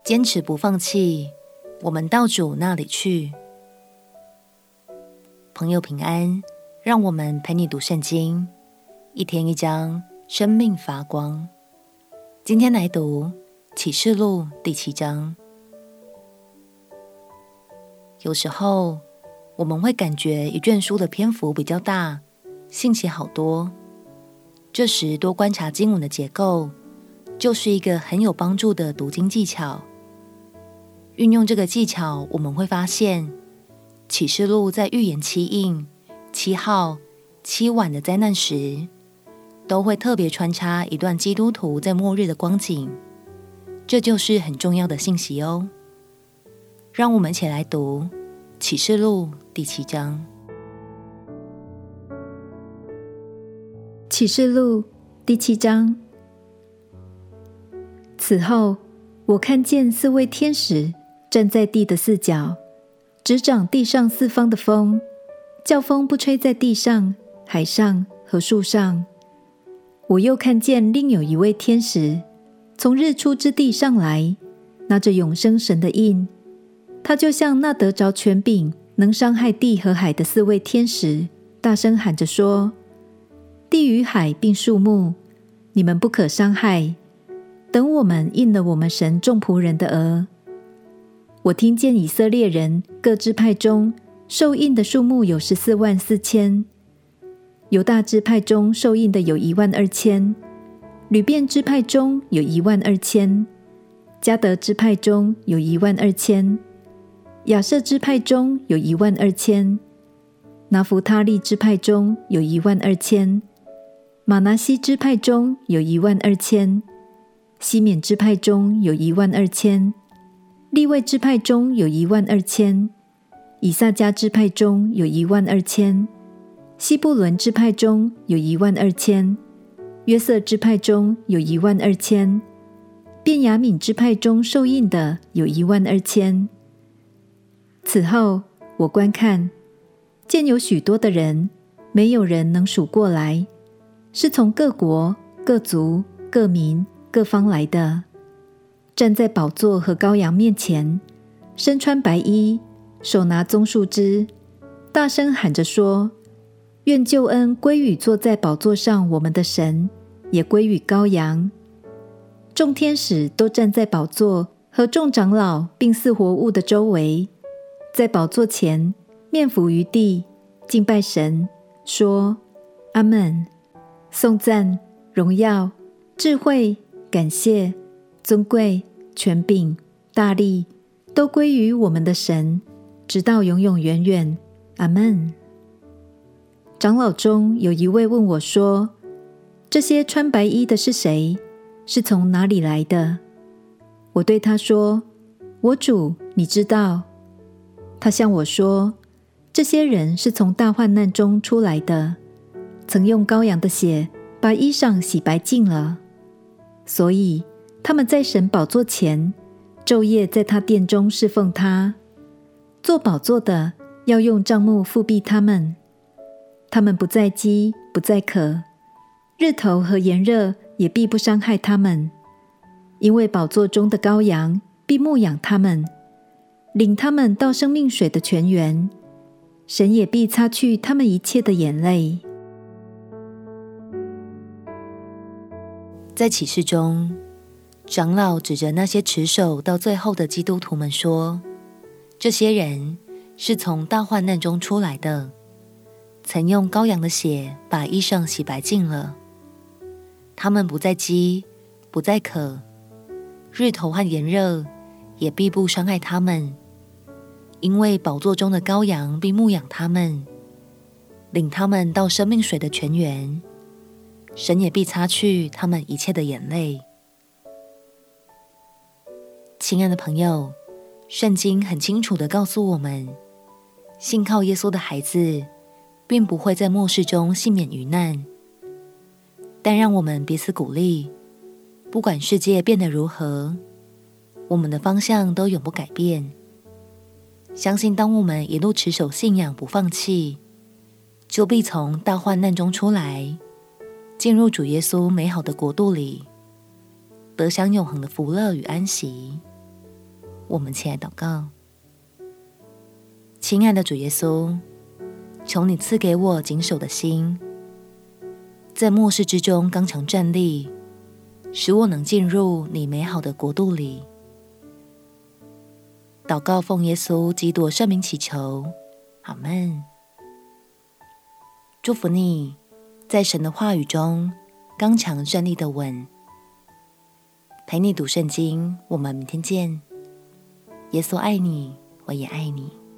坚持不放弃，我们到主那里去。朋友平安，让我们陪你读圣经，一天一章，生命发光。今天来读启示录第7章。有时候我们会感觉一卷书的篇幅比较大，信息好多，这时多观察经文的结构，就是一个很有帮助的读经技巧。运用这个技巧，我们会发现启示录在预言7印、7号、7晚的灾难时，都会特别穿插一段基督徒在末日的光景，这就是很重要的信息哦。让我们一起来读启示录第7章。 启示录第7章。此后，我看见4位天使站在地的4角，执掌地上4方的风，叫风不吹在地上、海上和树上。我又看见另有一位天使从日出之地上来，拿着永生神的印。他就像那得着权柄能伤害地和海的4位天使，大声喊着说：地与海并树木，你们不可伤害，等我们印了我们神众仆人的额。我听见以色列人各支派中受印的数目有14万4千，犹大支派中受印的有1万2千，吕便支派中有1万2千，迦得支派中有1万2千，亚设支派中有1万2千，拿弗他利支派中有1万2千，马拿西支派中有1万2千，西缅支派中有1万2千，利未支派中有1万2千，以萨迦支派中有1万2千，西布伦支派中有1万2千，约瑟支派中有1万2千，便雅悯支派中受印的有1万2千。此后，我观看，见有许多的人，没有人能数过来，是从各国、各族、各民、各方来的，站在宝座和羔羊面前，身穿白衣，手拿棕树枝，大声喊着说：愿救恩归于坐在宝座上我们的神，也归于羔羊。众天使都站在宝座和众长老并4活物的周围，在宝座前面伏于地，敬拜神，说：阿们，颂赞、荣耀、智慧、感谢、尊贵、权柄、大力，都归于我们的神，直到永永远远。阿们。长老中有一位问我说：这些穿白衣的是谁？是从哪里来的？我对他说：我主，你知道。他向我说：这些人是从大患难中出来的，曾用羔羊的血把衣裳洗白净了，所以他们在神宝座前昼夜在他殿中侍奉他。做宝座的要用帐幕覆庇他们，他们不再饥，不再渴，日头和炎热也必不伤害他们，因为宝座中的羔羊必牧养他们，领他们到生命水的泉源，神也必擦去他们一切的眼泪。 在启示中，长老指着那些持守到最后的基督徒们说：这些人是从大患难中出来的，曾用羔羊的血把衣裳洗白净了。他们不再饥，不再渴，日头和炎热也必不伤害他们，因为宝座中的羔羊必牧养他们，领他们到生命水的泉源，神也必擦去他们一切的眼泪。亲爱的朋友，圣经很清楚地告诉我们，信靠耶稣的孩子并不会在末世中幸免于难，但让我们彼此鼓励，不管世界变得如何，我们的方向都永不改变。相信当我们一路持守信仰不放弃，就必从大患难中出来，进入主耶稣美好的国度里，得享永恒的福乐与安息。 我们起来祷告。亲爱的主耶稣，求你赐给我谨守的心，在末世之中刚强站立，使我能进入你美好的国度里。祷告奉耶稣基督圣名祈求，阿们。祝福你在神的话语中刚强站立的稳。陪你读圣经，我们明天见。耶稣爱你，我也爱你。